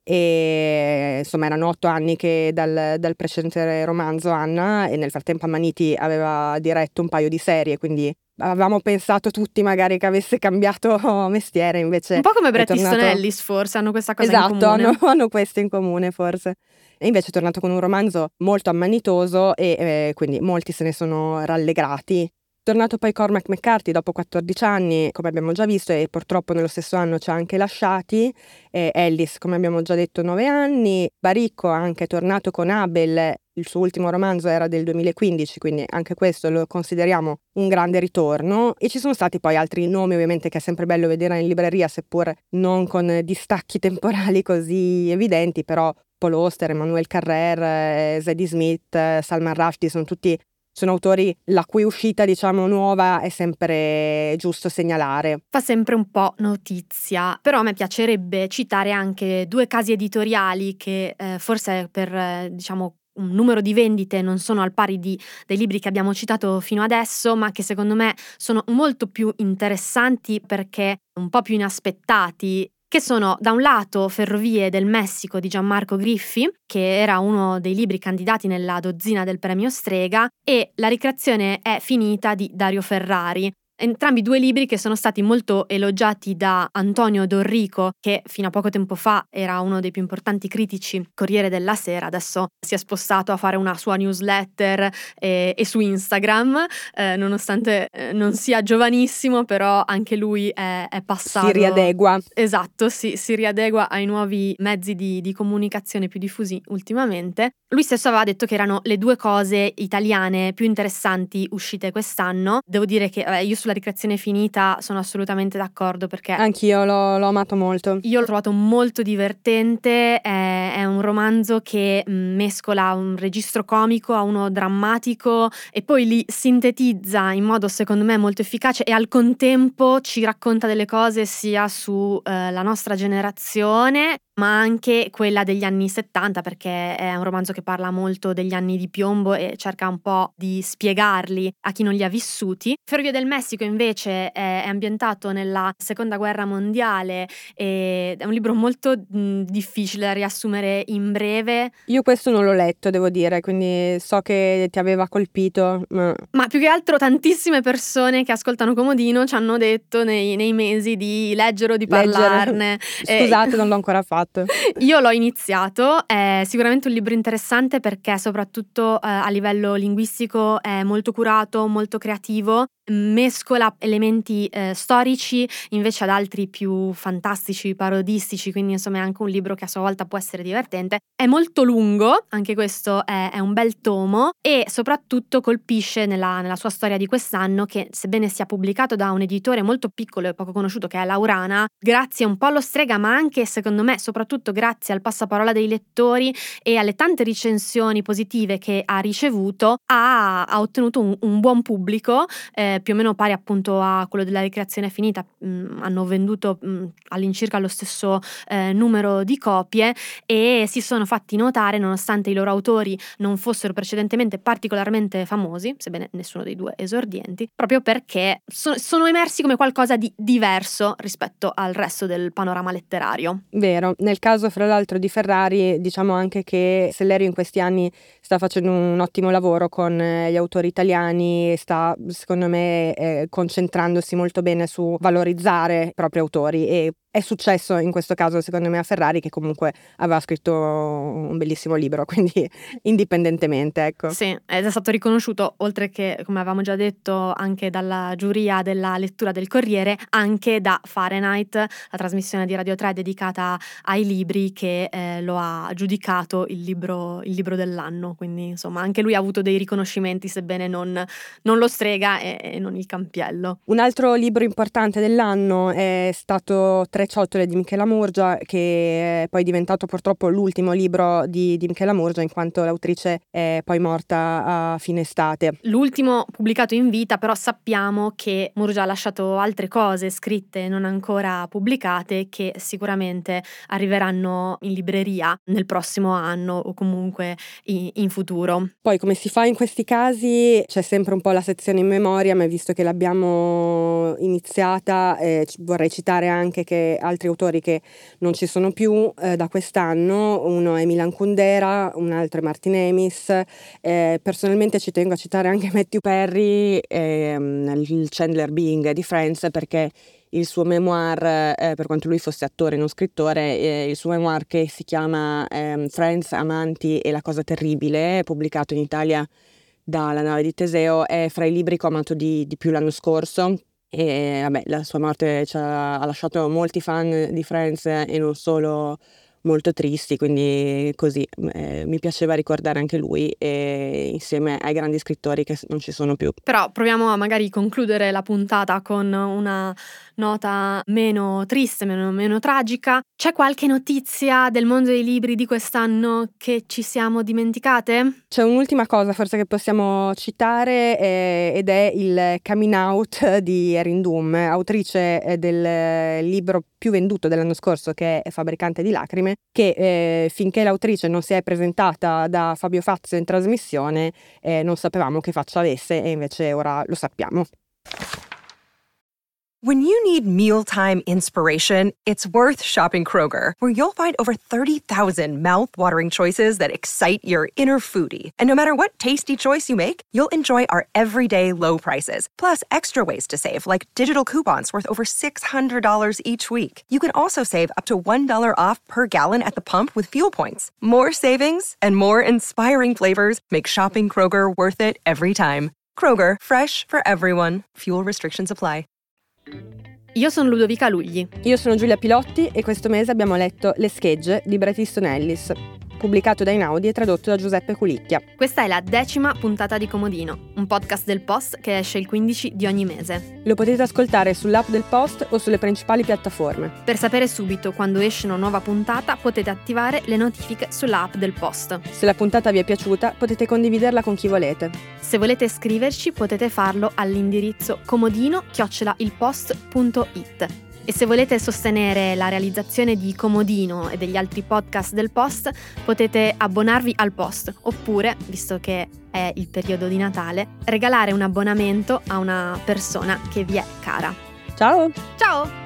e insomma erano 8 anni che dal precedente romanzo Anna, e nel frattempo Amaniti aveva diretto un paio di serie, quindi avevamo pensato tutti magari che avesse cambiato mestiere, invece un po' come Bret tornato... Easton Ellis forse hanno questa cosa esatto, in comune. hanno questo in comune forse. E invece è tornato con un romanzo molto ammanitoso e quindi molti se ne sono rallegrati. Tornato poi Cormac McCarthy dopo 14 anni, come abbiamo già visto, e purtroppo nello stesso anno ci ha anche lasciati. Ellis, come abbiamo già detto, 9 anni. Baricco anche tornato con Abel, il suo ultimo romanzo era del 2015, quindi anche questo lo consideriamo un grande ritorno. E ci sono stati poi altri nomi ovviamente che è sempre bello vedere in libreria, seppur non con distacchi temporali così evidenti, però Paul Auster, Emmanuel Carrère, Zadie Smith, Salman Rushdie sono autori la cui uscita, diciamo, nuova è sempre giusto segnalare. Fa sempre un po' notizia, però a me piacerebbe citare anche 2 casi editoriali che forse per diciamo un numero di vendite non sono al pari dei libri che abbiamo citato fino adesso, ma che secondo me sono molto più interessanti perché un po' più inaspettati, che sono da un lato Ferrovie del Messico di Gianmarco Griffi, che era uno dei libri candidati nella dozzina del premio Strega, e La ricreazione è finita di Dario Ferrari. Entrambi 2 libri che sono stati molto elogiati da Antonio Dorrico, che fino a poco tempo fa era uno dei più importanti critici Corriere della Sera, adesso si è spostato a fare una sua newsletter e su Instagram, nonostante non sia giovanissimo, però anche lui è passato... Si riadegua. Esatto, si riadegua ai nuovi mezzi di comunicazione più diffusi ultimamente. Lui stesso aveva detto che erano le 2 cose italiane più interessanti uscite quest'anno. Devo dire che io sulla ricreazione finita sono assolutamente d'accordo, perché anch'io l'ho amato molto. Io l'ho trovato molto divertente, è un romanzo che mescola un registro comico a uno drammatico e poi li sintetizza in modo secondo me molto efficace, e al contempo ci racconta delle cose sia su la nostra generazione ma anche quella degli anni 70, perché è un romanzo che parla molto degli anni di piombo e cerca un po' di spiegarli a chi non li ha vissuti. Ferrovie del Messico invece è ambientato nella seconda guerra mondiale ed è un libro molto difficile da riassumere in breve. Io questo non l'ho letto, devo dire, quindi so che ti aveva colpito. Ma più che altro tantissime persone che ascoltano Comodino ci hanno detto nei mesi di leggere o di parlarne. Scusate, non l'ho ancora fatto. Esatto. Io l'ho iniziato, è sicuramente un libro interessante perché soprattutto a livello linguistico è molto curato, molto creativo, mescola elementi storici invece ad altri più fantastici, parodistici, quindi insomma è anche un libro che a sua volta può essere divertente. È molto lungo, anche questo è un bel tomo, e soprattutto colpisce nella sua storia di quest'anno che, sebbene sia pubblicato da un editore molto piccolo e poco conosciuto che è Laurana, grazie un po' allo Strega ma anche secondo me soprattutto grazie al passaparola dei lettori e alle tante recensioni positive che ha ricevuto, ha ottenuto un buon pubblico, più o meno pari appunto a quello della Ricreazione Finita. Hanno venduto all'incirca lo stesso numero di copie e si sono fatti notare nonostante i loro autori non fossero precedentemente particolarmente famosi, sebbene nessuno dei due esordienti, proprio perché sono emersi come qualcosa di diverso rispetto al resto del panorama letterario. Vero, nel caso fra l'altro di Ferrari diciamo anche che Sellerio in questi anni sta facendo un ottimo lavoro con gli autori italiani e sta secondo me concentrandosi molto bene su valorizzare i propri autori, e è successo in questo caso secondo me a Ferrari, che comunque aveva scritto un bellissimo libro, quindi indipendentemente, ecco. Sì, ed è stato riconosciuto, oltre che, come avevamo già detto, anche dalla giuria della lettura del Corriere, anche da Fahrenheit, la trasmissione di Radio 3 dedicata ai libri, che lo ha giudicato il libro dell'anno. Quindi insomma anche lui ha avuto dei riconoscimenti, sebbene non lo Strega e non il Campiello. Un altro libro importante dell'anno è stato Tre ciotole di Michela Murgia, che è poi diventato purtroppo l'ultimo libro di Michela Murgia, in quanto l'autrice è poi morta a fine estate. L'ultimo pubblicato in vita, però sappiamo che Murgia ha lasciato altre cose scritte non ancora pubblicate che sicuramente arriveranno in libreria nel prossimo anno o comunque in futuro. Poi, come si fa in questi casi, c'è sempre un po' la sezione in memoria, ma visto che l'abbiamo iniziata, vorrei citare anche che altri autori che non ci sono più da quest'anno. Uno è Milan Kundera, un altro è Martin Amis. Personalmente ci tengo a citare anche Matthew Perry, il Chandler Bing di Friends, perché il suo memoir, per quanto lui fosse attore e non scrittore, il suo memoir, che si chiama Friends, Amanti e la cosa terribile, pubblicato in Italia dalla Nave di Teseo, è fra i libri che ho amato di più l'anno scorso. E vabbè, la sua morte ha lasciato molti fan di Friends e non solo molto tristi, quindi così mi piaceva ricordare anche lui, e insieme ai grandi scrittori che non ci sono più. Però proviamo a magari concludere la puntata con una nota meno triste, meno tragica. C'è qualche notizia del mondo dei libri di quest'anno che ci siamo dimenticate? C'è un'ultima cosa forse che possiamo citare, ed è il coming out di Erin Doom, autrice del libro più venduto dell'anno scorso, che è Fabbricante di lacrime, che finché l'autrice non si è presentata da Fabio Fazio in trasmissione non sapevamo che faccia avesse, e invece ora lo sappiamo. When you need mealtime inspiration, it's worth shopping Kroger, where you'll find over 30,000 mouth-watering choices that excite your inner foodie. And no matter what tasty choice you make, you'll enjoy our everyday low prices, plus extra ways to save, like digital coupons worth over $600 each week. You can also save up to $1 off per gallon at the pump with fuel points. More savings and more inspiring flavors make shopping Kroger worth it every time. Kroger, fresh for everyone. Fuel restrictions apply. Io sono Ludovica Lugli. Io sono Giulia Pilotti e questo mese abbiamo letto Le schegge di Bret Easton Ellis, pubblicato da Einaudi e tradotto da Giuseppe Culicchia. Questa è la 10ª puntata di Comodino, un podcast del Post che esce il 15 di ogni mese. Lo potete ascoltare sull'app del Post o sulle principali piattaforme. Per sapere subito quando esce una nuova puntata potete attivare le notifiche sull'app del Post. Se la puntata vi è piaciuta potete condividerla con chi volete. Se volete scriverci potete farlo all'indirizzo comodino@ilpost.it. E se volete sostenere la realizzazione di Comodino e degli altri podcast del Post, potete abbonarvi al Post, oppure, visto che è il periodo di Natale, regalare un abbonamento a una persona che vi è cara. Ciao! Ciao!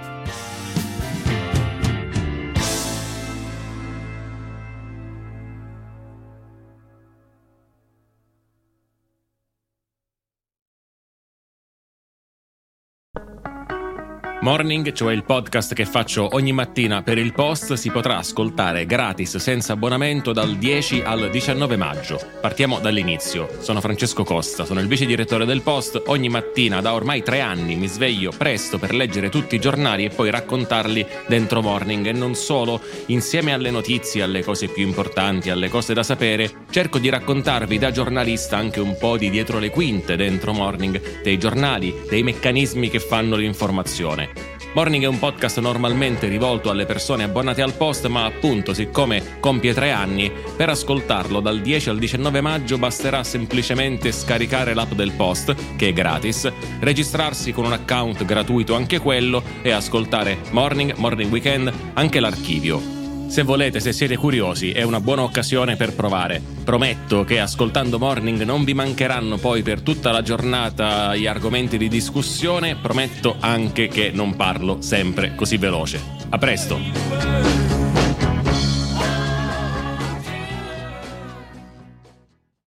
Morning, cioè il podcast che faccio ogni mattina per il Post, si potrà ascoltare gratis senza abbonamento dal 10 al 19 maggio. Partiamo dall'inizio. Sono Francesco Costa, sono il vice direttore del Post. Ogni mattina da ormai 3 anni mi sveglio presto per leggere tutti i giornali e poi raccontarli dentro Morning, e non solo. Insieme alle notizie, alle cose più importanti, alle cose da sapere, cerco di raccontarvi da giornalista anche un po' di dietro le quinte dentro Morning, dei giornali, dei meccanismi che fanno l'informazione. Morning è un podcast normalmente rivolto alle persone abbonate al Post, ma appunto, siccome compie 3 anni, per ascoltarlo dal 10 al 19 maggio basterà semplicemente scaricare l'app del Post, che è gratis, registrarsi con un account gratuito anche quello e ascoltare Morning Weekend, anche l'archivio. Se volete, se siete curiosi, è una buona occasione per provare. Prometto che ascoltando Morning non vi mancheranno poi per tutta la giornata gli argomenti di discussione. Prometto anche che non parlo sempre così veloce. A presto!